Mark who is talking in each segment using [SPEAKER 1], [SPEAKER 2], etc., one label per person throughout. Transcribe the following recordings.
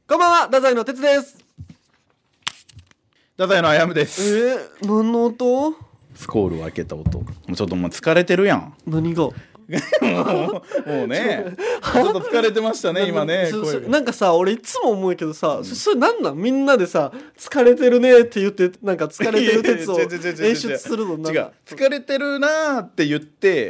[SPEAKER 1] こんばんは、太宰の哲です。
[SPEAKER 2] 太宰のあやむです。
[SPEAKER 1] 何の音？
[SPEAKER 2] スコールを開けた音。もうちょっともう疲れてるやん。
[SPEAKER 1] 何が？
[SPEAKER 2] もうねちょっと疲れてましたね今ね。
[SPEAKER 1] なんかさ、俺いつも思うけどさ、それなんなん？みんなでさ、疲れてるねって言ってなんか疲れてる鉄を演出するのなんか。
[SPEAKER 2] 違う、疲れてるなーって言って、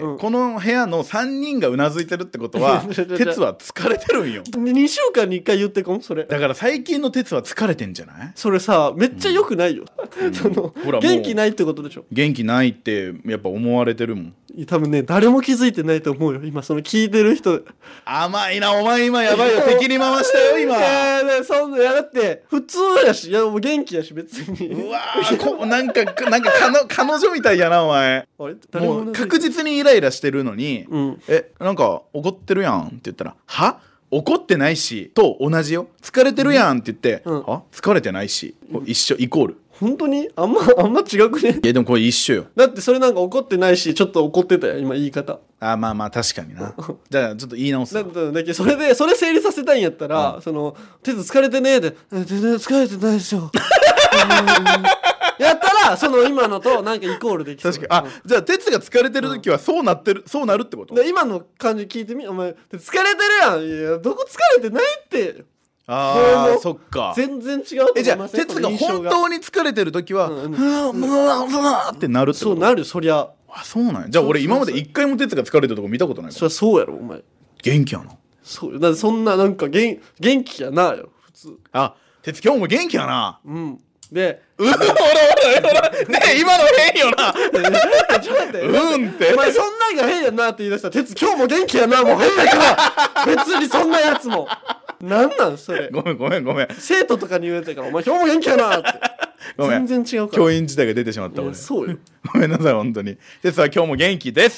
[SPEAKER 2] この部屋の3人がうなずいてるってことは鉄は疲れてるんよ。
[SPEAKER 1] 2週間に1回言ってこんそれ。だ
[SPEAKER 2] から最近の鉄は疲れてんじゃない？
[SPEAKER 1] それさ、めっちゃ良くないよ。ほら元気ないってことでしょ。
[SPEAKER 2] 元気ないってやっぱ思われてるもん。
[SPEAKER 1] 多分ね、誰も気づいてないと思うよ今その聞いてる人。
[SPEAKER 2] 甘いなお前、今やばいよ敵に回したよ今。
[SPEAKER 1] そんなだって普通やし、いやもう元気やし別に。
[SPEAKER 2] うわなんか彼女みたいやなお前。あれもう確実にイライラしてるのに、なんか怒ってるやんって言ったら、は怒ってないしと同じよ。疲れてるやんって言って、は疲れてないし、一緒イコール。
[SPEAKER 1] 本当にあんま違くね？
[SPEAKER 2] いやでもこれ一緒よ。
[SPEAKER 1] だってそれなんか怒ってないしちょっと怒ってたよ今言い方。
[SPEAKER 2] まあ確かにな。じゃあちょっと言い直す。だ
[SPEAKER 1] けそれ整理させたいんやったら、その手疲れてねえで全然疲れてないでしょ。やったらその今のとなんかイコールできそう。
[SPEAKER 2] 確かに。じゃあ鉄が疲れてる時はそうなってる、そうなるってこと？
[SPEAKER 1] 今の感じ聞いてみ。お前疲れてるやん。いやどこ疲れてないって。
[SPEAKER 2] そっか。
[SPEAKER 1] 全然違うと思いません？
[SPEAKER 2] じゃあ鉄が本当に疲れてる時はってなるってこと？
[SPEAKER 1] そうなるそりゃ。
[SPEAKER 2] そうなんや。じゃあ俺今まで一回も鉄が疲れてるとこ見たことないから。
[SPEAKER 1] そりゃそうやろお前。
[SPEAKER 2] 元気やな。
[SPEAKER 1] そうだってそんななんか元気やなよ普通。
[SPEAKER 2] 鉄今日も元気やな。
[SPEAKER 1] で
[SPEAKER 2] ほらね今の変よな。
[SPEAKER 1] ちょっと待って、お前そんなんが変やなって言い出したら鉄今日も元気やなもう変だから別にそんなやつもなんそれ。
[SPEAKER 2] ごめん
[SPEAKER 1] 生徒とかに言われたからお前今日も元気やなって。
[SPEAKER 2] ごめん
[SPEAKER 1] 全然違うから。
[SPEAKER 2] 教員自体が出てしまった俺。
[SPEAKER 1] そうよ。
[SPEAKER 2] ごめんなさい本当に。鉄は今日も元気です。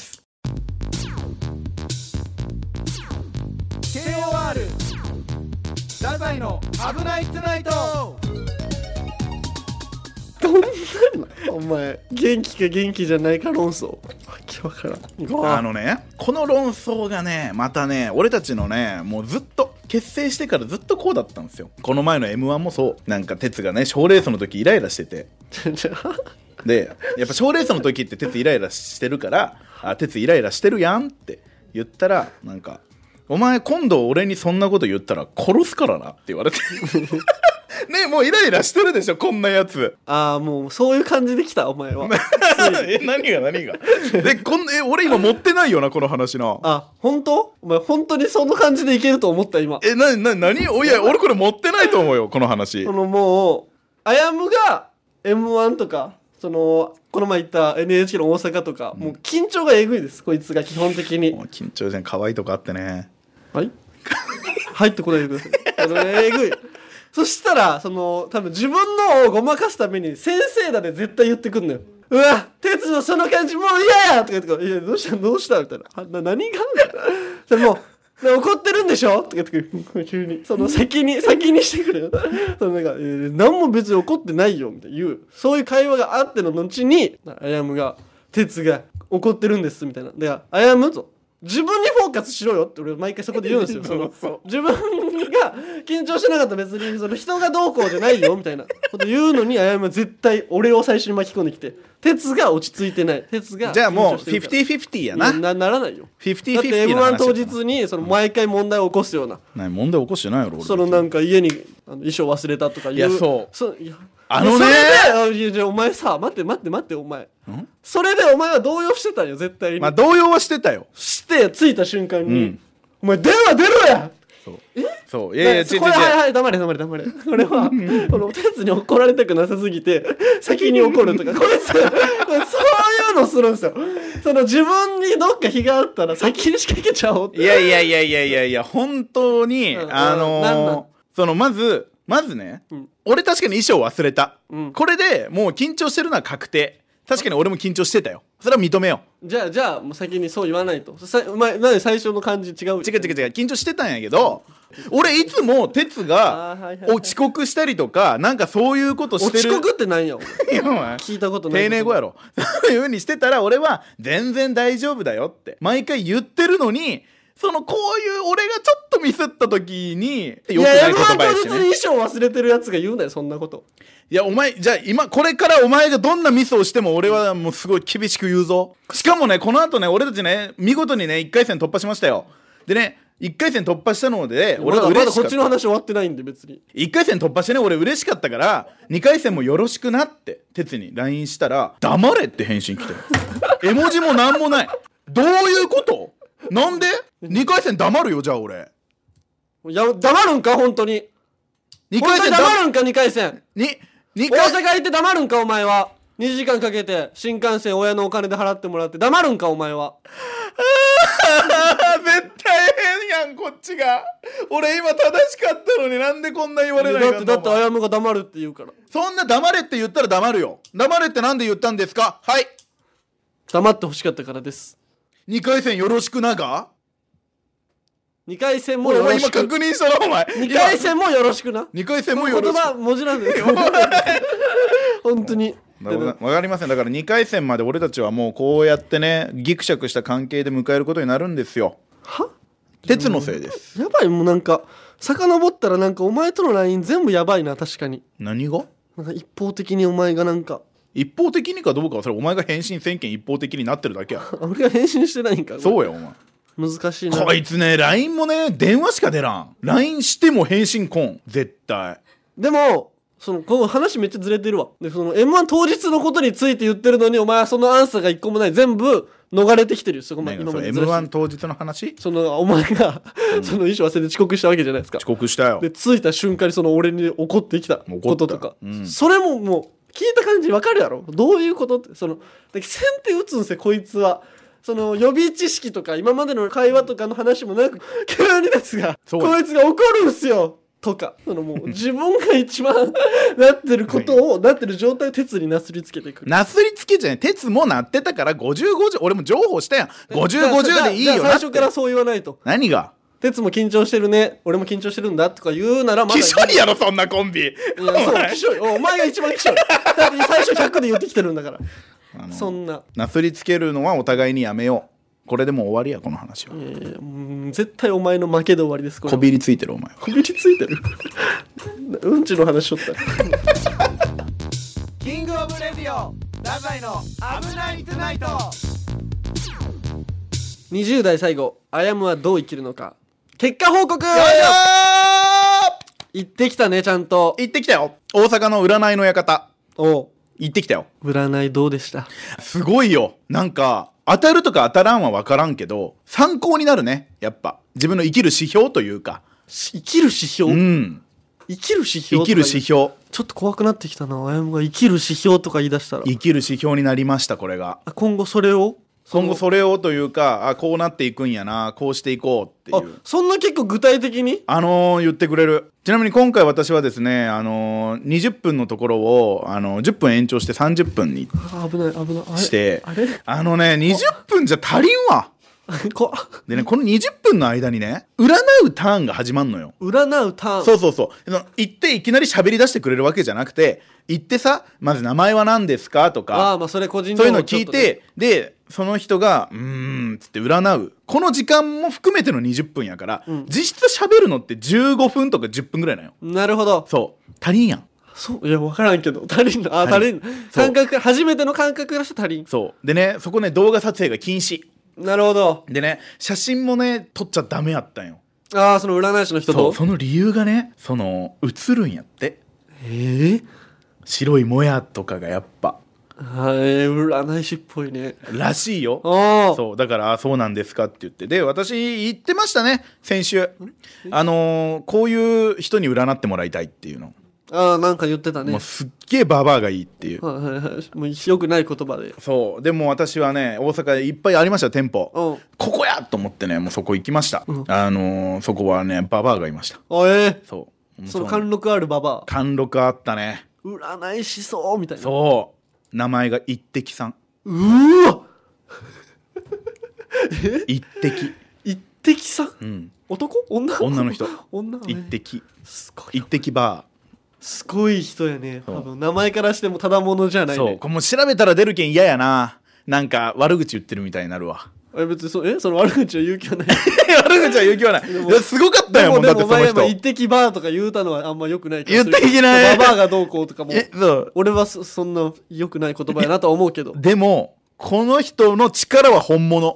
[SPEAKER 3] KOR 太宰の危ないトゥナイト。
[SPEAKER 1] お前元気か元気じゃないか論争。わけわからん。
[SPEAKER 2] この論争がねまたね俺たちのねもうずっと結成してからずっとこうだったんですよ。この前の M1 もそう。なんか鉄がね賞レースの時イライラしててでやっぱ賞レースの時って鉄イライラしてるから鉄イライラしてるやんって言ったらなんかお前今度俺にそんなこと言ったら殺すからなって言われてねもうイライラしてるでしょこんなやつ。
[SPEAKER 1] もうそういう感じで来たお前は。
[SPEAKER 2] 何がで俺今持ってないよなこの話な。
[SPEAKER 1] 本当？お前本当にその感じでいけると思った今。
[SPEAKER 2] 何いや俺これ持ってないと思うよこの話。
[SPEAKER 1] もうあやむが M1 とかこの前行った NHK の大阪とか、もう緊張がえぐいですこいつが基本的に。
[SPEAKER 2] 緊張じゃん。可愛いとこあってね。
[SPEAKER 1] はい入ってこないでください。えぐい。そしたら多分自分のをごまかすために先生だで絶対言ってくんのよ。うわ鉄のその感じもう嫌やとか言って「いやどうした?」みたいな。何がみたいな。それもう怒ってるんでしょとか言ってくる急に。先にしてくれよ。なんか何も別に怒ってないよみたいな言う。そういう会話があっての後にあやむが鉄が怒ってるんですみたいな。であやむと自分にフォーカスしろよって俺毎回そこで言うんですよ。自分が緊張してなかったら別に人がどうこうじゃないよみたいなこと言うのにあやむは絶対俺を最初に巻き込んできて、鉄が落ち着いてない。鉄が
[SPEAKER 2] じゃあもう 50-50 やな。
[SPEAKER 1] ならないよ。
[SPEAKER 2] 50-50
[SPEAKER 1] だって M1 当日に毎回問題を起こすような。
[SPEAKER 2] 問題起こしてないやろ俺。
[SPEAKER 1] なんか家に衣装忘れたとか言う。
[SPEAKER 2] それ
[SPEAKER 1] でお前さ待ってお前それでお前は動揺してたよ絶対に。
[SPEAKER 2] 動揺はしてたよ。
[SPEAKER 1] して着いた瞬間に、お前電話出ろや。
[SPEAKER 2] そういや違う
[SPEAKER 1] これはい黙れこれはこの鉄に怒られたくなさすぎて先に怒るとかこれそういうのするんですよ。自分にどっか非があったら先に仕掛けちゃおうって。
[SPEAKER 2] いや本当にまずね、俺確かに衣装忘れた、これでもう緊張してるのは確定。確かに俺も緊張してたよ。それは認めよう。
[SPEAKER 1] じゃあもう先にそう言わないと。お前なんで最初の感じ違う。
[SPEAKER 2] 緊張してたんやけど俺いつも鉄が遅刻したりとかなんかそういうことしてる。
[SPEAKER 1] 遅刻って何や聞いたことない。
[SPEAKER 2] 丁寧語やろ。そういう風にしてたら俺は全然大丈夫だよって毎回言ってるのにこういう俺がちょっとミスった時によく
[SPEAKER 1] いや、
[SPEAKER 2] ない言葉やし
[SPEAKER 1] 当日に
[SPEAKER 2] ね。
[SPEAKER 1] 衣装忘れてるやつが言うなよ、そんなこと。
[SPEAKER 2] いやお前じゃあ今これからお前がどんなミスをしても俺はもうすごい厳しく言うぞ。しかもねこの後ね俺たちね見事にね1回戦突破しましたよ。でね1回戦突破したので俺は
[SPEAKER 1] まだ
[SPEAKER 2] 嬉しかった。
[SPEAKER 1] こっちの話終わってないんで別に。
[SPEAKER 2] 1回戦突破してね俺嬉しかったから2回戦もよろしくなって哲に LINE したら黙れって返信来て絵文字もなんもない。どういうこと？なんで2回戦黙るよ。じゃあ俺
[SPEAKER 1] いや、黙るんか本当に。
[SPEAKER 2] 2
[SPEAKER 1] 本当に黙るんか2回戦。
[SPEAKER 2] 2
[SPEAKER 1] 大
[SPEAKER 2] 回
[SPEAKER 1] 阪行って黙るんかお前は。2時間かけて新幹線親のお金で払ってもらって黙るんかお前は。
[SPEAKER 2] 絶対変やんこっちが。俺今正しかったのになんでこんな言われないかんの。
[SPEAKER 1] だってあやむが黙るって言うから。
[SPEAKER 2] そんな黙れって言ったら黙るよ。黙れってなんで言ったんですか。はい、
[SPEAKER 1] 黙ってほしかったからです。
[SPEAKER 2] 2回戦よろしくなが
[SPEAKER 1] 2回戦も
[SPEAKER 2] お前
[SPEAKER 1] よろしく。
[SPEAKER 2] 今確認したろお前。
[SPEAKER 1] 2回戦もよろしくな。
[SPEAKER 2] 2回戦もよろしく。
[SPEAKER 1] 言葉文字なんだよ。本当に。
[SPEAKER 2] わかりません。だから2回戦まで俺たちはもうこうやってねギクシャクした関係で迎えることになるんですよ。
[SPEAKER 1] は？
[SPEAKER 2] 鉄のせいです。
[SPEAKER 1] やばい。もうなんか遡ったらなんかお前との LINE 全部やばいな。確かに
[SPEAKER 2] 何が
[SPEAKER 1] なんか一方的にお前がなんか
[SPEAKER 2] 一方的にかどうかはそれお前が返信1000件一方的になってるだけや。
[SPEAKER 1] 俺が返信してないんか。
[SPEAKER 2] そうやお前。
[SPEAKER 1] 難しいな。
[SPEAKER 2] こいつね LINE もね電話しか出らん。 LINE しても返信こん絶対。
[SPEAKER 1] でもこの話めっちゃずれてるわ。でM1 当日のことについて言ってるのにお前はそのアンサーが一個もない。全部逃れてきてるよ。そこまで今までずらして
[SPEAKER 2] M1 当日の話。
[SPEAKER 1] お前がその衣装忘れて遅刻したわけじゃないですか。
[SPEAKER 2] 遅刻したよ。
[SPEAKER 1] で着いた瞬間に俺に怒ってきたこととか、それももう聞いた感じ分かるやろ。どういうことって先手打つんすよこいつは。予備知識とか今までの会話とかの話もなく急にですがこいつが怒るんすよとかもう自分が一番なってることをなってる状態を鉄になすりつけてくる。
[SPEAKER 2] なすりつけじゃない。鉄もなってたから5050俺も情報したやん。5050でいいよなって。
[SPEAKER 1] 最初からそう言わないと。
[SPEAKER 2] 何が
[SPEAKER 1] 鉄も緊張してるね俺も緊張してるんだとか言うならまだ
[SPEAKER 2] きしょいやろそんなコンビ。
[SPEAKER 1] いやそうきしょい。お前が一番きしょい。だって最初100で言ってきてるんだから。そんな
[SPEAKER 2] すりつけるのはお互いにやめよう。これでもう終わりやこの話は。
[SPEAKER 1] 絶対お前の負けで終わりです。
[SPEAKER 2] こびりついてるお前は。
[SPEAKER 1] こびりついてる。うんちの話しとった。
[SPEAKER 3] キングオブレディオ太宰の危ないトゥナイト。
[SPEAKER 1] 20代最後あやむはどう生きるのか。結果報告。行ってきたねちゃんと。
[SPEAKER 2] 行ってきたよ。大阪の占いの館
[SPEAKER 1] おう
[SPEAKER 2] 行ってきたよ。
[SPEAKER 1] 占いどうでした？
[SPEAKER 2] すごいよ。なんか当たるとか当たらんは分からんけど参考になるね。やっぱ自分の生きる指標というか。
[SPEAKER 1] 生きる指標、生きる指標。
[SPEAKER 2] 生きる指標。
[SPEAKER 1] ちょっと怖くなってきたな。あやむが生きる指標とか言い出したら
[SPEAKER 2] 生きる指標になりました。これが
[SPEAKER 1] 今後それを
[SPEAKER 2] というかこうなっていくんやなこうしていこうっていう。
[SPEAKER 1] そんな結構具体的に
[SPEAKER 2] 言ってくれる。ちなみに今回私はですね20分のところを10分延長して30分に
[SPEAKER 1] 危ない
[SPEAKER 2] して
[SPEAKER 1] あれ
[SPEAKER 2] 20分じゃ足りんわ。でねこの20分の間にね占うターンが始まんのよ。
[SPEAKER 1] 占うターン。
[SPEAKER 2] そう行っていきなり喋り出してくれるわけじゃなくて行ってさまず名前は何ですかとか
[SPEAKER 1] それ個人
[SPEAKER 2] そういうの聞いて、でその人がつって占うこの時間も含めての20分やから、実質喋るのって15分とか10分ぐらいなのよ。
[SPEAKER 1] なるほど。
[SPEAKER 2] そう足りんやん。
[SPEAKER 1] いや分からんけど足りんの。足りん感覚初めての感覚からして足りん。
[SPEAKER 2] そうでねそこね動画撮影が禁止
[SPEAKER 1] なるほど。
[SPEAKER 2] でね写真もね撮っちゃダメやったんよ。
[SPEAKER 1] その占い師の人と
[SPEAKER 2] その理由がね映るんやって。白いもやとかがやっぱ
[SPEAKER 1] 占い師っぽいね
[SPEAKER 2] らしいよ。そうだからそうなんですかって言ってで私言ってましたね先週こういう人に占ってもらいたいっていうの。
[SPEAKER 1] なんか言ってたね。
[SPEAKER 2] もうすっげえババアがいいっていう。
[SPEAKER 1] もう良くない言葉で。
[SPEAKER 2] そうでも私はね大阪でいっぱいありました店舗。ここやと思ってねもうそこ行きました。そこはねババアがいました。
[SPEAKER 1] そうその貫禄あるババア。
[SPEAKER 2] 貫禄あったね。
[SPEAKER 1] 占い師そうみたいな。
[SPEAKER 2] そう名前が一滴さん。
[SPEAKER 1] わ
[SPEAKER 2] 一滴。
[SPEAKER 1] 一滴さん、男
[SPEAKER 2] 女の人一滴。一滴バー。
[SPEAKER 1] すごい人やね。多分名前からしてもただものじゃないね。
[SPEAKER 2] これもう調べたら出るけん嫌やな。なんか悪口言ってるみたいになるわ。
[SPEAKER 1] 別にその悪口を言う気はない。
[SPEAKER 2] 悪口は言う気はない。いやすごかったよ、もうだって
[SPEAKER 1] でもお前が
[SPEAKER 2] その人。
[SPEAKER 1] 一滴バーとか言うたのはあんま良くない
[SPEAKER 2] 言っていけない
[SPEAKER 1] ババアがどうこうとかも。
[SPEAKER 2] そう
[SPEAKER 1] 俺はそんな良くない言葉やなとは思うけど。
[SPEAKER 2] でもこの人の力は本物。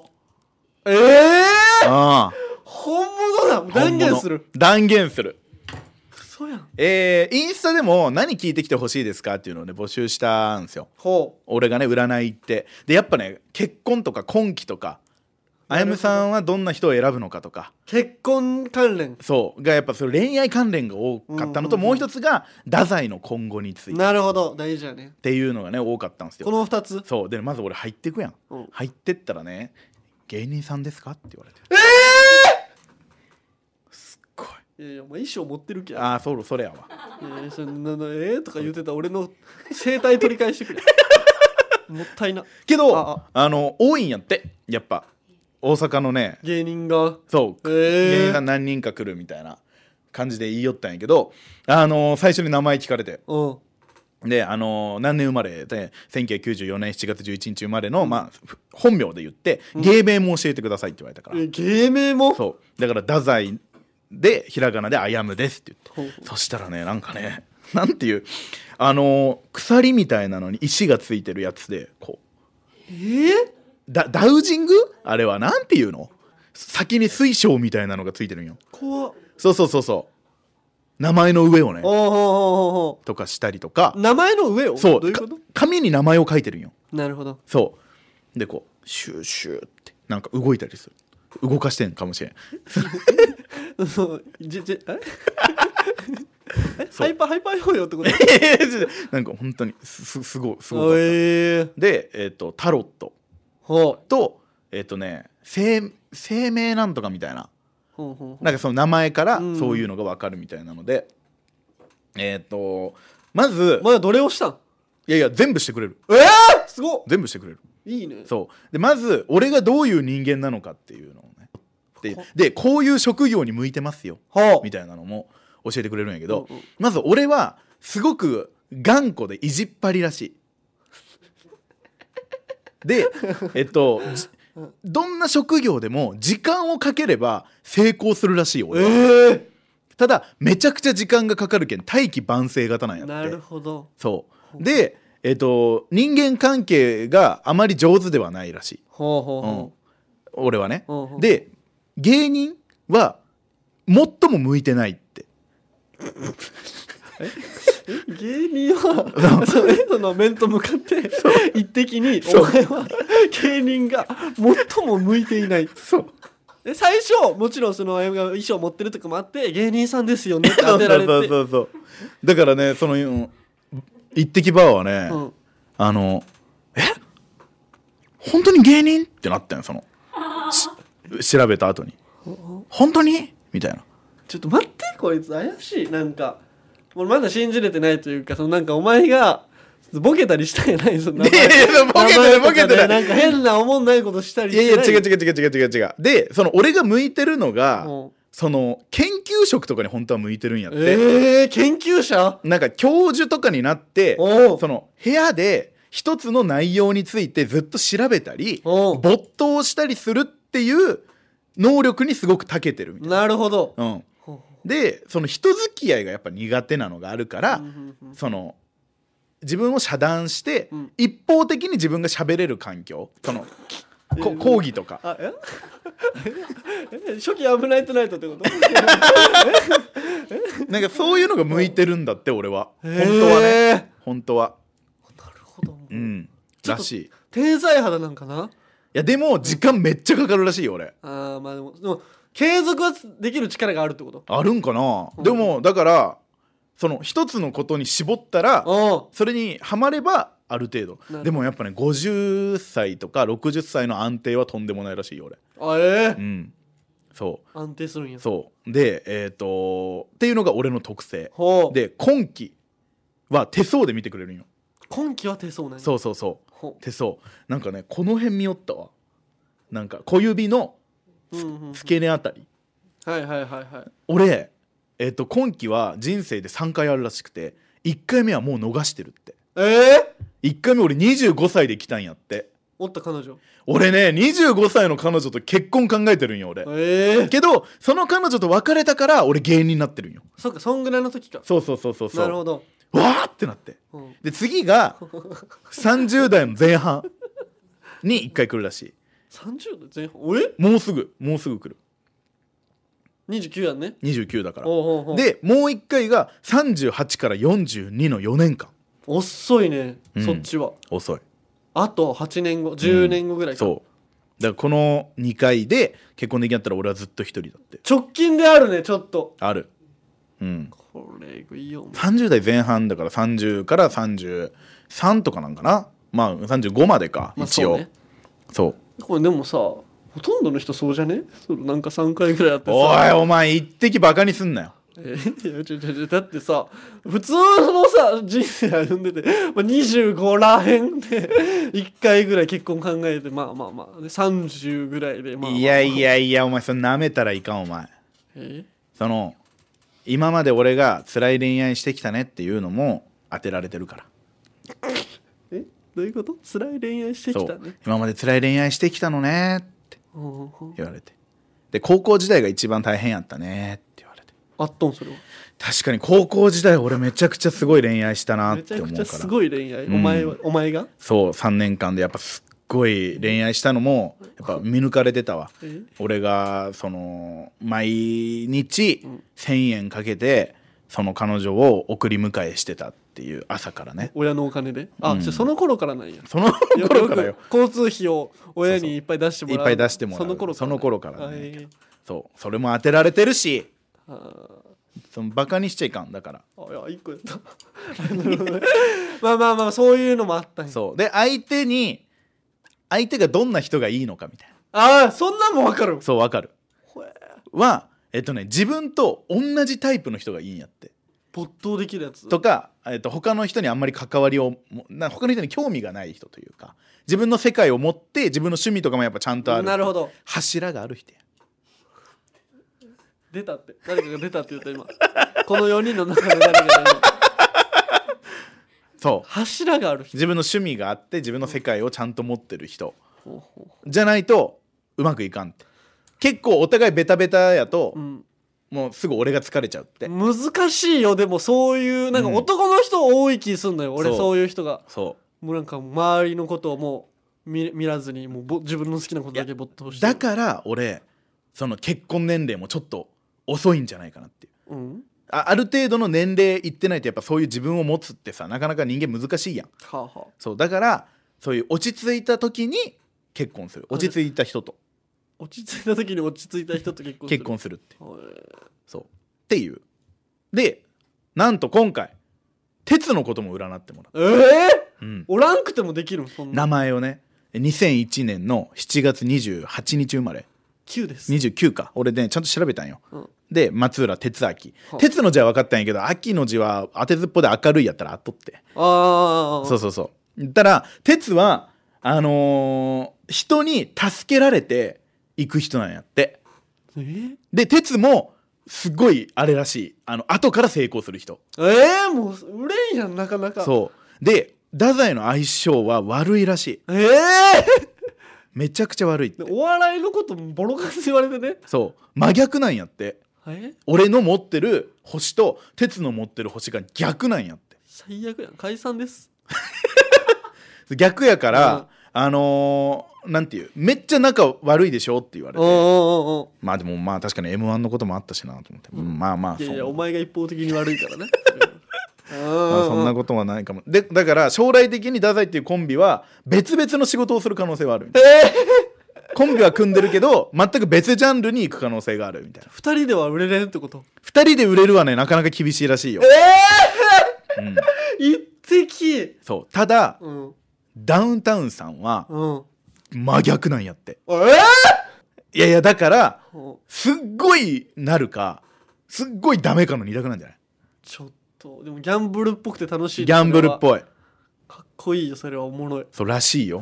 [SPEAKER 2] ああ
[SPEAKER 1] 本物だ。断言する。
[SPEAKER 2] 断言する。
[SPEAKER 1] そうやん。
[SPEAKER 2] インスタでも何聞いてきてほしいですかっていうのをね募集したんですよ。
[SPEAKER 1] ほ
[SPEAKER 2] 俺がね占い行ってでやっぱね結婚とか婚期とかあやむさんはどんな人を選ぶのかとか
[SPEAKER 1] う。結婚関連。
[SPEAKER 2] そうがやっぱそれ恋愛関連が多かったのと、もう一つが太宰の今後についてっ
[SPEAKER 1] なるほど。大事やね。
[SPEAKER 2] ていうのがね多かったんですよ。
[SPEAKER 1] この2つ。
[SPEAKER 2] そうでまず俺入ってくやん、
[SPEAKER 1] うん
[SPEAKER 2] 入ってったらね芸人さんですかって言われてすっごい
[SPEAKER 1] いやいや、お前衣装持ってるけん。
[SPEAKER 2] ああそれやわ
[SPEAKER 1] いやそんなとか言ってた俺の声帯取り返してくれ。もったいな。
[SPEAKER 2] けど
[SPEAKER 1] あ
[SPEAKER 2] 多いんやってやっぱ大阪のね
[SPEAKER 1] 芸人が。
[SPEAKER 2] そう、芸人さん何人か来るみたいな感じで言いよったんやけど最初に名前聞かれて
[SPEAKER 1] うん
[SPEAKER 2] で何年生まれで1994年7月11日生まれの、まあ、本名で言って芸名も教えてくださいって言われたから、
[SPEAKER 1] 芸名も。
[SPEAKER 2] そうだから太宰でひらがなであやむですって
[SPEAKER 1] ほう
[SPEAKER 2] 言ってそしたらねなんかねなんていう鎖みたいなのに石がついてるやつでこうダウジングあれはなんていうの先に水晶みたいなのがついてるんよ。
[SPEAKER 1] 怖っ。
[SPEAKER 2] そう名前の上をね
[SPEAKER 1] おうほうほうほうほ
[SPEAKER 2] とかしたりとか
[SPEAKER 1] う。名前の上を。
[SPEAKER 2] そう
[SPEAKER 1] どういうこと。
[SPEAKER 2] 紙に名前を書いてるんよ。
[SPEAKER 1] なるほど。
[SPEAKER 2] そうでこうシューシューってなんか動いたりする動かしてんかもしれん
[SPEAKER 1] そうハイパーヨーヨーってこと。
[SPEAKER 2] なんか本当にすごかったでタロット
[SPEAKER 1] ほう
[SPEAKER 2] と生命なんとかみたいな
[SPEAKER 1] ほうほうほう。
[SPEAKER 2] なんかその名前から
[SPEAKER 1] うん
[SPEAKER 2] そういうのが分かるみたいなのでまず
[SPEAKER 1] まだどれをしたん。
[SPEAKER 2] いや全部してくれる
[SPEAKER 1] すごっ。
[SPEAKER 2] 全部してくれる。
[SPEAKER 1] いいね。
[SPEAKER 2] そうでまず俺がどういう人間なのかっていうのをねでこういう職業に向いてますよ
[SPEAKER 1] ほう
[SPEAKER 2] みたいなのも教えてくれるんやけど、
[SPEAKER 1] うんうん
[SPEAKER 2] まず俺はすごく頑固で意地っ張りらしいでどんな職業でも時間をかければ成功するらしい俺は、ただめちゃくちゃ時間がかかるけん大器晩成型なんやって。
[SPEAKER 1] なるほど。
[SPEAKER 2] そうで人間関係があまり上手ではないらしい、
[SPEAKER 1] ほうほうほ
[SPEAKER 2] 俺はね、
[SPEAKER 1] うんうん
[SPEAKER 2] で芸人は最も向いてないって
[SPEAKER 1] う。芸人はその面と向かって一滴にお前は芸人が最も向いていない。
[SPEAKER 2] そう
[SPEAKER 1] 最初もちろんその衣装持ってるとかもあって芸人さんですよねって当てられて。
[SPEAKER 2] そうだからねその一滴バーはね、
[SPEAKER 1] うん
[SPEAKER 2] 本当に芸人ってなったんよ調べた後に本当にみたいな。
[SPEAKER 1] ちょっと待って、こいつ怪しい。なんか俺まだ信じれてないというか、そのなんかお前がボケたりしたんやない。その
[SPEAKER 2] いやボケてない
[SPEAKER 1] なんか変なおもんないことしたり
[SPEAKER 2] いや
[SPEAKER 1] してない。
[SPEAKER 2] 違うで俺が向いてるのが
[SPEAKER 1] うん
[SPEAKER 2] その研究職とかに本当は向いてるんやって、
[SPEAKER 1] 研究者。
[SPEAKER 2] なんか教授とかになって
[SPEAKER 1] おう
[SPEAKER 2] その部屋で一つの内容についてずっと調べたり
[SPEAKER 1] おう
[SPEAKER 2] 没頭したりするっていう能力にすごく長けてるみたい
[SPEAKER 1] なるほど。
[SPEAKER 2] な、でその人付き合いがやっぱ苦手なのがあるから、その自分を遮断して、一方的に自分が喋れる環境その講義とか
[SPEAKER 1] 初期危ないトゥナイトってこと。
[SPEAKER 2] なんかそういうのが向いてるんだって俺は本当はね本当は
[SPEAKER 1] なるほど。
[SPEAKER 2] らしい。
[SPEAKER 1] 天才肌なんかな。
[SPEAKER 2] いやでも時間めっちゃかかるらしいよ俺。
[SPEAKER 1] ああまあでも継続はできる力があるってこと。
[SPEAKER 2] あるんかな、でもだからその一つのことに絞ったらそれにはまればある程度。でもやっぱね50歳とか60歳の安定はとんでもないらしいよ俺。そう
[SPEAKER 1] 安定するんや。
[SPEAKER 2] そうでっていうのが俺の特性
[SPEAKER 1] ほう
[SPEAKER 2] で今期は手相で見てくれるんよ。
[SPEAKER 1] 今期は手相なんや。
[SPEAKER 2] そう手相なんかねこの辺見よったわ。なんか小指の付け根あたり、
[SPEAKER 1] はい
[SPEAKER 2] 俺今期は人生で3回あるらしくて1回目はもう逃してるって。1回目俺25歳で来たんやって。
[SPEAKER 1] おった彼女。
[SPEAKER 2] 俺ね25歳の彼女と結婚考えてるんよ俺。けどその彼女と別れたから俺芸人になってるんよ。
[SPEAKER 1] そっか、そんぐらいの時か。
[SPEAKER 2] そうそうそうそうそう。
[SPEAKER 1] なるほど。
[SPEAKER 2] わーってなって、
[SPEAKER 1] うん、
[SPEAKER 2] で次が30代の前半に1回来るらしい。
[SPEAKER 1] 30代前半。
[SPEAKER 2] もうすぐ来る。
[SPEAKER 1] 29やんね。
[SPEAKER 2] 29だから。
[SPEAKER 1] おう
[SPEAKER 2] でもう1回が38から42の4年間。
[SPEAKER 1] 遅いね、
[SPEAKER 2] うん、
[SPEAKER 1] そっちは
[SPEAKER 2] 遅い。
[SPEAKER 1] あと8年後10年後ぐらいか、
[SPEAKER 2] そうだからこの2回で結婚できなったら俺はずっと一人だって。
[SPEAKER 1] 直近であるね、ちょっと
[SPEAKER 2] ある。
[SPEAKER 1] これいいよ。
[SPEAKER 2] 30代前半だから30から33とかなんかな。まあ35までか、一応。そう
[SPEAKER 1] これでもさ、ほとんどの人そうじゃね？なんか3回ぐらいやってさ。
[SPEAKER 2] おいお前一滴バカにすんなよ。
[SPEAKER 1] いやだってさ、普通のさ人生歩んでて、25らへんで1回ぐらい結婚考えて、まあ30ぐらいで、
[SPEAKER 2] いやお前それ舐めたらいかんお前。その今まで俺が辛い恋愛してきたねっていうのも当てられてるから。
[SPEAKER 1] どういうこと？辛い恋愛してきたね。
[SPEAKER 2] 今まで辛い恋愛してきたのねって言われて、で高校時代が一番大変やったねって言われて。
[SPEAKER 1] あっとんそれは。
[SPEAKER 2] 確かに高校時代俺めちゃくちゃすごい恋愛したなって思うから。
[SPEAKER 1] めちゃくちゃすごい恋愛、お前が？そう
[SPEAKER 2] 3年間でやっぱすっごい恋愛したのもやっぱ見抜かれてたわ。俺がその毎日1000円かけてその彼女を送り迎えしてたっていう、朝からね。
[SPEAKER 1] 親のお金で。じゃその頃からなんや。
[SPEAKER 2] その頃からよ。
[SPEAKER 1] 交通費を親にいっぱい出してもらう。
[SPEAKER 2] いっぱい出してもらう。その頃からね。そうそれも当てられてるし、そのバカにしちゃいかんだから。
[SPEAKER 1] いや1個やったまあそういうのもあったんや。
[SPEAKER 2] そうで相手がどんな人がいいのかみたいな。
[SPEAKER 1] そんなんも分かる。
[SPEAKER 2] そう分かる。は自分と同じタイプの人がいいんやって。
[SPEAKER 1] 没頭できるやつ
[SPEAKER 2] とか、他の人にあんまり関わりを他の人に興味がない人というか、自分の世界を持って自分の趣味とかもやっぱちゃんとある。
[SPEAKER 1] なるほど。
[SPEAKER 2] 柱がある人や。
[SPEAKER 1] 出たって、誰かが出たって言った今この4人の中で誰かが今
[SPEAKER 2] そう
[SPEAKER 1] 柱がある人、
[SPEAKER 2] 自分の趣味があって自分の世界をちゃんと持ってる人じゃないとうまくいかんって。結構お互いベタベタやと、もうすぐ俺が疲れちゃうって。
[SPEAKER 1] 難しいよ。でもそういうなんか男の人多い気すんのよ、俺。そういう人がもうなんか周りのことをもう見らずにもう自分の好きなことだけ没頭して。
[SPEAKER 2] だから俺その結婚年齢もちょっと遅いんじゃないかなっていう、ある程度の年齢いってないとやっぱそういう自分を持つってさ、なかなか人間難しいやん。そうだからそういう落ち着いた時に結婚する。落ち着いた人と
[SPEAKER 1] 落ち着いた時に落ち着いた人と結婚する
[SPEAKER 2] って、そうっていう。でなんと今回鉄のことも占ってもらう。
[SPEAKER 1] おらんくてもできるの？そんな
[SPEAKER 2] 名前をね、2001年の7月28日生まれ。
[SPEAKER 1] 9です。
[SPEAKER 2] 29か。俺ねちゃんと調べたんよ、で松浦哲明。鉄の字は分かったんやけど、秋の字は当てずっぽで明るいやったらあっとって。そう言ったら鉄は人に助けられて行く人なんやって。で鉄もすごいあれらしい、後から成功する人。
[SPEAKER 1] もう売れんやん、なかなか。
[SPEAKER 2] そうで太宰の相性は悪いらしい。めちゃくちゃ悪いって。
[SPEAKER 1] お笑いのこともボロカス言われてね。
[SPEAKER 2] そう真逆なんやって。俺の持ってる星と鉄の持ってる星が逆なんやって。
[SPEAKER 1] 最悪やん、解散です。
[SPEAKER 2] 逆やから、なんていう、めっちゃ仲悪いでしょって言われて。まあでもまあ確かに M1 のこともあったしなと思って、まあ
[SPEAKER 1] いやお前が一方的に悪いからね
[SPEAKER 2] そんなことはないかも。でだから将来的に太宰っていうコンビは別々の仕事をする可能性はあるみたいな。コンビは組んでるけど全く別ジャンルに行く可能性があるみたいな。
[SPEAKER 1] 2人では売れれんってこと？
[SPEAKER 2] 2人で売れるはねなかなか厳しいらしいよ。
[SPEAKER 1] 一滴。
[SPEAKER 2] そうただ、ダウンタウンさんは、真逆なんやって。いやだからすっごいなるかすっごいダメかの2択なんじゃない？
[SPEAKER 1] ちょっとでもギャンブルっぽくて楽しい。
[SPEAKER 2] ギャンブルっぽい。
[SPEAKER 1] かっこいいよ、それはおもろい。
[SPEAKER 2] そうらしいよ。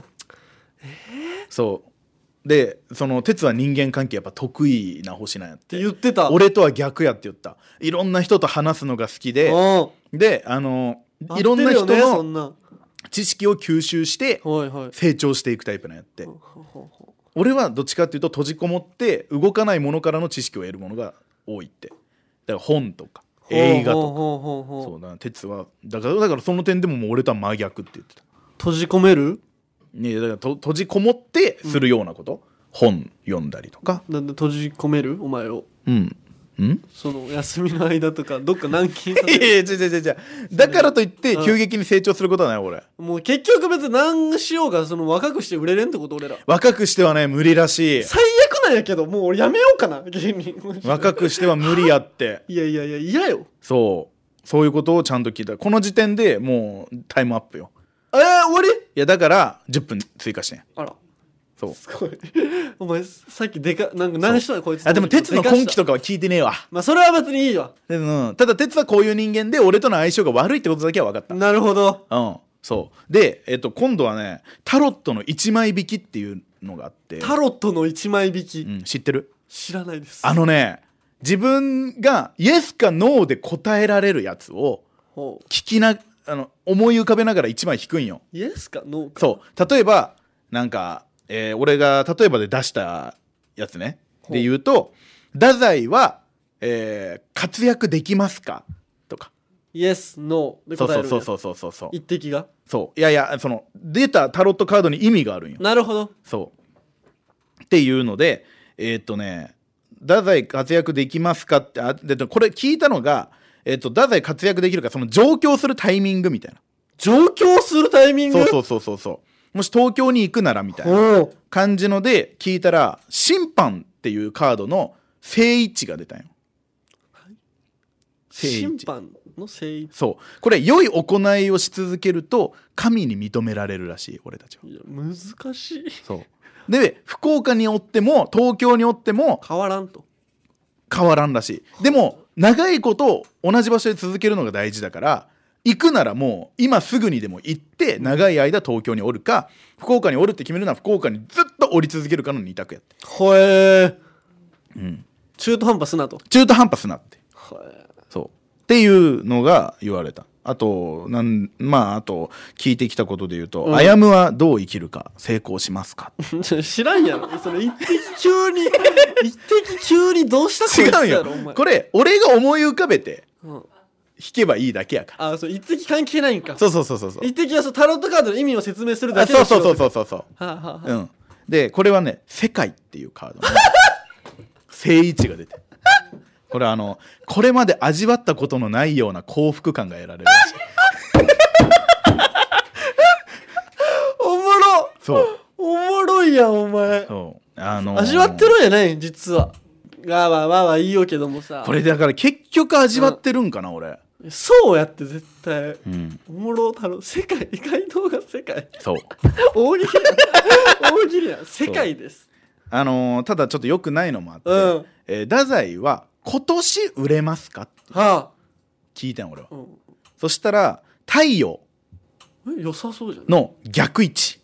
[SPEAKER 2] そうでその鉄は人間関係やっぱ得意な星なんやって
[SPEAKER 1] 言ってた。
[SPEAKER 2] 俺とは逆やって言った。いろんな人と話すのが好きで、でいろんな人の知識を吸収して
[SPEAKER 1] はいはい
[SPEAKER 2] 成長していくタイプなんやって。俺はどっちかっていうと閉じこもって動かないものからの知識を得るものが多いって。だから本とか映画とか。そうだ、哲はだからその点でももう俺とは真逆って言ってた。
[SPEAKER 1] 閉じ込める？
[SPEAKER 2] ね、だから閉じこもってするようなこと、本読んだりとか。
[SPEAKER 1] なんで閉じ込めるお前を？その休みの間とかどっか軟禁させる。
[SPEAKER 2] いや違うだからといって急激に成長することはない俺。
[SPEAKER 1] もう結局別に何しようがその若くして売れれんってこと俺ら。
[SPEAKER 2] 若くしてはね無理らしい。
[SPEAKER 1] 最悪なんやけどもう俺やめようかな芸人。
[SPEAKER 2] 若くしては無理やって。
[SPEAKER 1] いや嫌よ。
[SPEAKER 2] そういうことをちゃんと聞いた。この時点でもうタイムアップよ。
[SPEAKER 1] 終わり？
[SPEAKER 2] いやだから10分追加してん。
[SPEAKER 1] あら
[SPEAKER 2] そう
[SPEAKER 1] すごい。お前さっきなんか何したのこいつ。
[SPEAKER 2] でも哲の根気とかは聞いてねえわ。
[SPEAKER 1] まあそれは別にいいわ。
[SPEAKER 2] ただ哲はこういう人間で俺との相性が悪いってことだけは分かった。
[SPEAKER 1] なるほど。
[SPEAKER 2] そうで今度はねタロットの1枚引きっていうのがあって。
[SPEAKER 1] タロットの1枚引き、
[SPEAKER 2] 知ってる？
[SPEAKER 1] 知らないです。
[SPEAKER 2] 自分がイエスかノーで答えられるやつを思い浮かべながら1枚引くんよ。
[SPEAKER 1] イエスかノーか。
[SPEAKER 2] そう例えばなんか、俺が例えばで出したやつねで言うと太宰は、活躍できますかとか
[SPEAKER 1] イエスノーで答えるんや。
[SPEAKER 2] そう
[SPEAKER 1] 一滴が
[SPEAKER 2] そういやその出たタロットカードに意味があるんよ。
[SPEAKER 1] なるほど。
[SPEAKER 2] そうっていうので太宰活躍できますかってこれ聞いたのが太宰活躍できるかその上京するタイミングみたいな。
[SPEAKER 1] 上京するタイミング？
[SPEAKER 2] そうもし東京に行くならみたいな感じので聞いたら審判っていうカードの正位置が出たんよ。
[SPEAKER 1] 審判の正位置。
[SPEAKER 2] そうこれ良い行いをし続けると神に認められるらしい俺たちは。
[SPEAKER 1] いや難しい。
[SPEAKER 2] そうで福岡におっても東京におっても
[SPEAKER 1] 変わらんらし
[SPEAKER 2] い。でも長いこと同じ場所で続けるのが大事だから行くならもう今すぐにでも行って長い間東京におるか福岡におるって決めるのは福岡にずっとおり続けるかの2択やって。
[SPEAKER 1] ほえー、中途半端すなって
[SPEAKER 2] そうっていうのが言われた。あとあと聞いてきたことで言うと、アヤムはどう生きるか成功しますか
[SPEAKER 1] 知らんやろそれ一滴急にどうしたこいつやろ。
[SPEAKER 2] 違うよこれ俺が思い浮かべて弾けばいいだけやから。
[SPEAKER 1] そう一滴関係ないんか。
[SPEAKER 2] そう
[SPEAKER 1] 一滴はタロットカードの意味を説明するだけの。
[SPEAKER 2] そうでこれはね世界っていうカードの正位置が出てこれこれまで味わったことのないような幸福感が得られるらしい。
[SPEAKER 1] おもろ。
[SPEAKER 2] そう
[SPEAKER 1] おもろいやんお前。
[SPEAKER 2] そう
[SPEAKER 1] 味わってるんやない実は。わいいよけどもさ。
[SPEAKER 2] これだから結局味わってるんかな、俺。
[SPEAKER 1] そうやって絶対。おもろ世界街道が世界。
[SPEAKER 2] そう。
[SPEAKER 1] 大喜利や世界です。
[SPEAKER 2] ただちょっと良くないのもあって、太宰は今年売れますかって聞いたん俺は。そしたら太陽
[SPEAKER 1] 良さそうじゃん
[SPEAKER 2] の逆位置。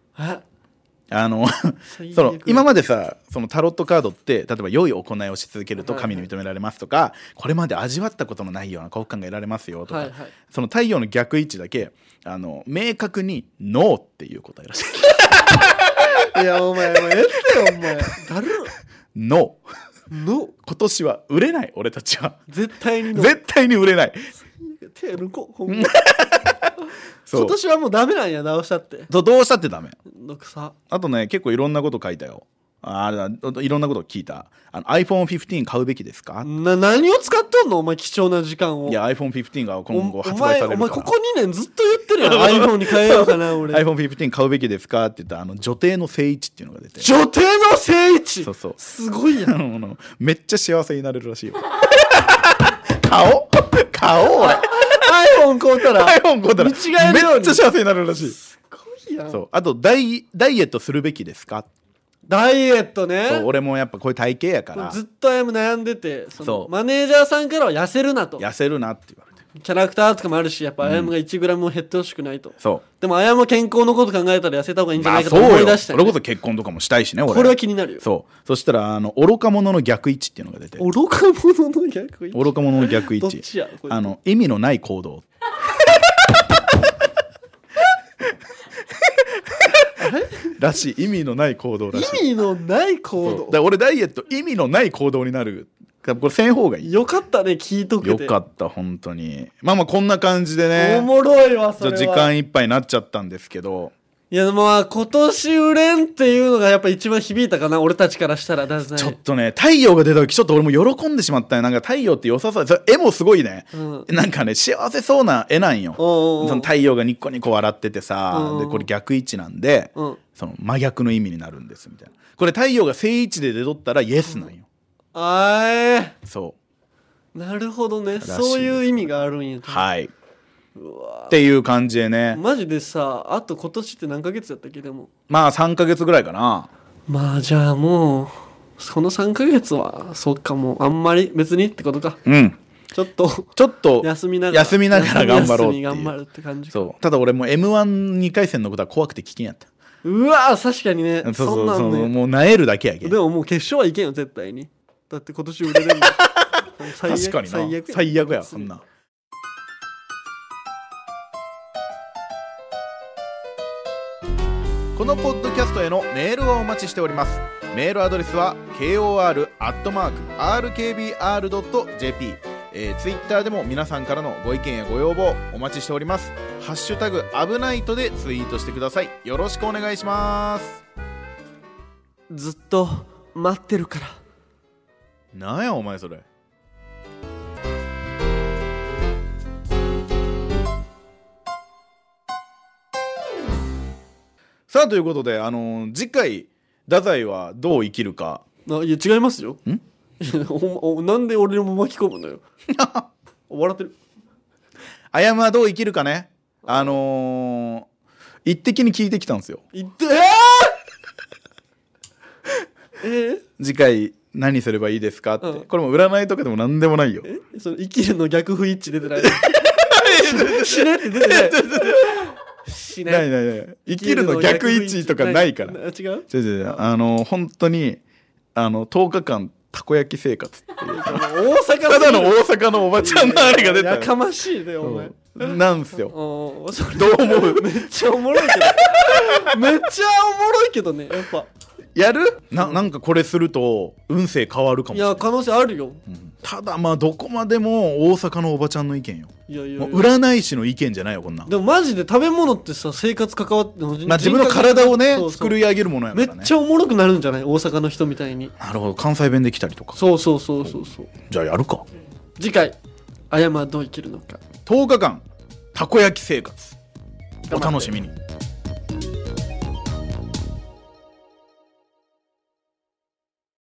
[SPEAKER 2] 今までさそのタロットカードって例えば良い行いをし続けると神に認められますとか、これまで味わったことのないような幸福感が得られますよとか、その太陽の逆位置だけ明確にノーっていう答えらしい。
[SPEAKER 1] いやお前やってよお前だる
[SPEAKER 2] ノー今年は売れない俺たちは
[SPEAKER 1] 絶対に
[SPEAKER 2] 売れない。
[SPEAKER 1] 手抜こう今年はもうダメなんやどうしたって
[SPEAKER 2] ダメ。あとね結構いろんなこと書いたよ。いろんなこと聞いた。iPhone15 買うべきですか？
[SPEAKER 1] 何を使っとんのお前貴重な時間を。
[SPEAKER 2] いや iPhone15 が今後発売されるから。お前
[SPEAKER 1] ここ2年ずっと言ってるやんiPhone に変えようかな俺。
[SPEAKER 2] iPhone15 買うべきですかって言ったら女帝の正位置っていうのが出て。
[SPEAKER 1] 女帝の正位置。
[SPEAKER 2] そう
[SPEAKER 1] すごいやん。
[SPEAKER 2] めっちゃ幸せになれるらしいよ。買おう俺。
[SPEAKER 1] iPhone 買うたら
[SPEAKER 2] めっちゃ幸せになるらしい。
[SPEAKER 1] すごいやん。
[SPEAKER 2] そうあとダイエットするべきですか？
[SPEAKER 1] ダイエットね。
[SPEAKER 2] そう俺もやっぱこういう体型やから
[SPEAKER 1] ずっと悩んでてマネージャーさんからは痩せるなって言われて、キャラクターとかもあるしやっぱあやむが 1g も減ってほしくないと。でもあやむ健康のこと考えたら痩せた方がいいんじゃないかと思い出した、
[SPEAKER 2] それこそ結婚とかもしたいしね俺。
[SPEAKER 1] これは気になるよ。
[SPEAKER 2] そしたら愚か者の逆位置っていうのが出て。
[SPEAKER 1] 愚か者の逆位置
[SPEAKER 2] どっちや意味のない行動らしい。意味のない行動らしい。
[SPEAKER 1] 意味のない行動。
[SPEAKER 2] そうだから俺ダイエット意味のない行動になる。これせん方がいい。
[SPEAKER 1] よかったね、聞いとけ
[SPEAKER 2] よ
[SPEAKER 1] て。
[SPEAKER 2] かった本当に。まあこんな感じでね。
[SPEAKER 1] おもろいわ、それは。
[SPEAKER 2] 時間いっぱいになっちゃったんですけど。
[SPEAKER 1] いや、まあ今年売れんっていうのがやっぱ一番響いたかな、俺たちからしたら。だ
[SPEAKER 2] ちょっとね、太陽が出た時ちょっと俺も喜んでしまったよ。なんか太陽って良さそうで、絵もすごいね、なんかね幸せそうな絵なんよ。その太陽がニッコニコ笑っててさ、でこれ逆位置なんで、その真逆の意味になるんですみたいな。これ太陽が正位置で出とったらイエスなんよ。そう
[SPEAKER 1] なるほどね、そういう意味があるんや。
[SPEAKER 2] はい。っていう感じでね。
[SPEAKER 1] マジでさ、あと今年って何ヶ月やったっけ。でも
[SPEAKER 2] まあ3ヶ月ぐらいかな。
[SPEAKER 1] まあじゃあもうその3ヶ月はそっか、もうあんまり別にってことか。ちょっと休みながら頑張ろうっていう。頑張るって感じ。
[SPEAKER 2] そう。ただ俺も M12 回戦のことは怖くて聞けんやった。
[SPEAKER 1] うわー、確かにね。
[SPEAKER 2] そんなんね、もう萎えるだけやけん。
[SPEAKER 1] でももう決勝はいけんよ絶対に。だって今年売れるんだ
[SPEAKER 2] 確かにな。最悪やそんな。このポッドキャストへのメールをお待ちしております。メールアドレスは kor@rkbr.jp、ツイッターでも皆さんからのご意見やご要望お待ちしております。ハッシュタグ危ないとでツイートしてください。よろしくお願いします。
[SPEAKER 1] ずっと待ってるから。
[SPEAKER 2] なんやお前それ。さあということで、次回太宰はどう生きるか。
[SPEAKER 1] いや違いますよ。なんで俺も巻き込むのよ。笑ってる。
[SPEAKER 2] あやむはどう生きるかね。一滴に聞いてきたんですよ。次回何すればいいですかって、これも占いとかでも何でもないよ。
[SPEAKER 1] その生きるの逆不一致出てない。死ねって出てない。
[SPEAKER 2] ない生きるの逆位置とかないから。違う本当に10日間たこ焼き生活っていうただの大阪のおばちゃんのあれが出た。
[SPEAKER 1] やかましいねお前。
[SPEAKER 2] なんすよ。どう思う。
[SPEAKER 1] めっちゃおもろいけどね。やっぱ
[SPEAKER 2] やるなんかこれすると運勢変わるかもしれない。
[SPEAKER 1] いや可能性あるよ。
[SPEAKER 2] ただまあどこまでも大阪のおばちゃんの意見よ。
[SPEAKER 1] いや
[SPEAKER 2] 占い師の意見じゃないよこんなん。
[SPEAKER 1] でもマジで食べ物ってさ、生活関わって、
[SPEAKER 2] 自分の体をね作り上げるものやからね。
[SPEAKER 1] めっちゃおもろくなるんじゃない、大阪の人みたいに。
[SPEAKER 2] なるほど、関西弁で来たりとか。
[SPEAKER 1] そうじ
[SPEAKER 2] ゃあやるか。
[SPEAKER 1] 次回あやまはどう生きるのか。
[SPEAKER 2] 10日間たこ焼き生活、お楽しみに。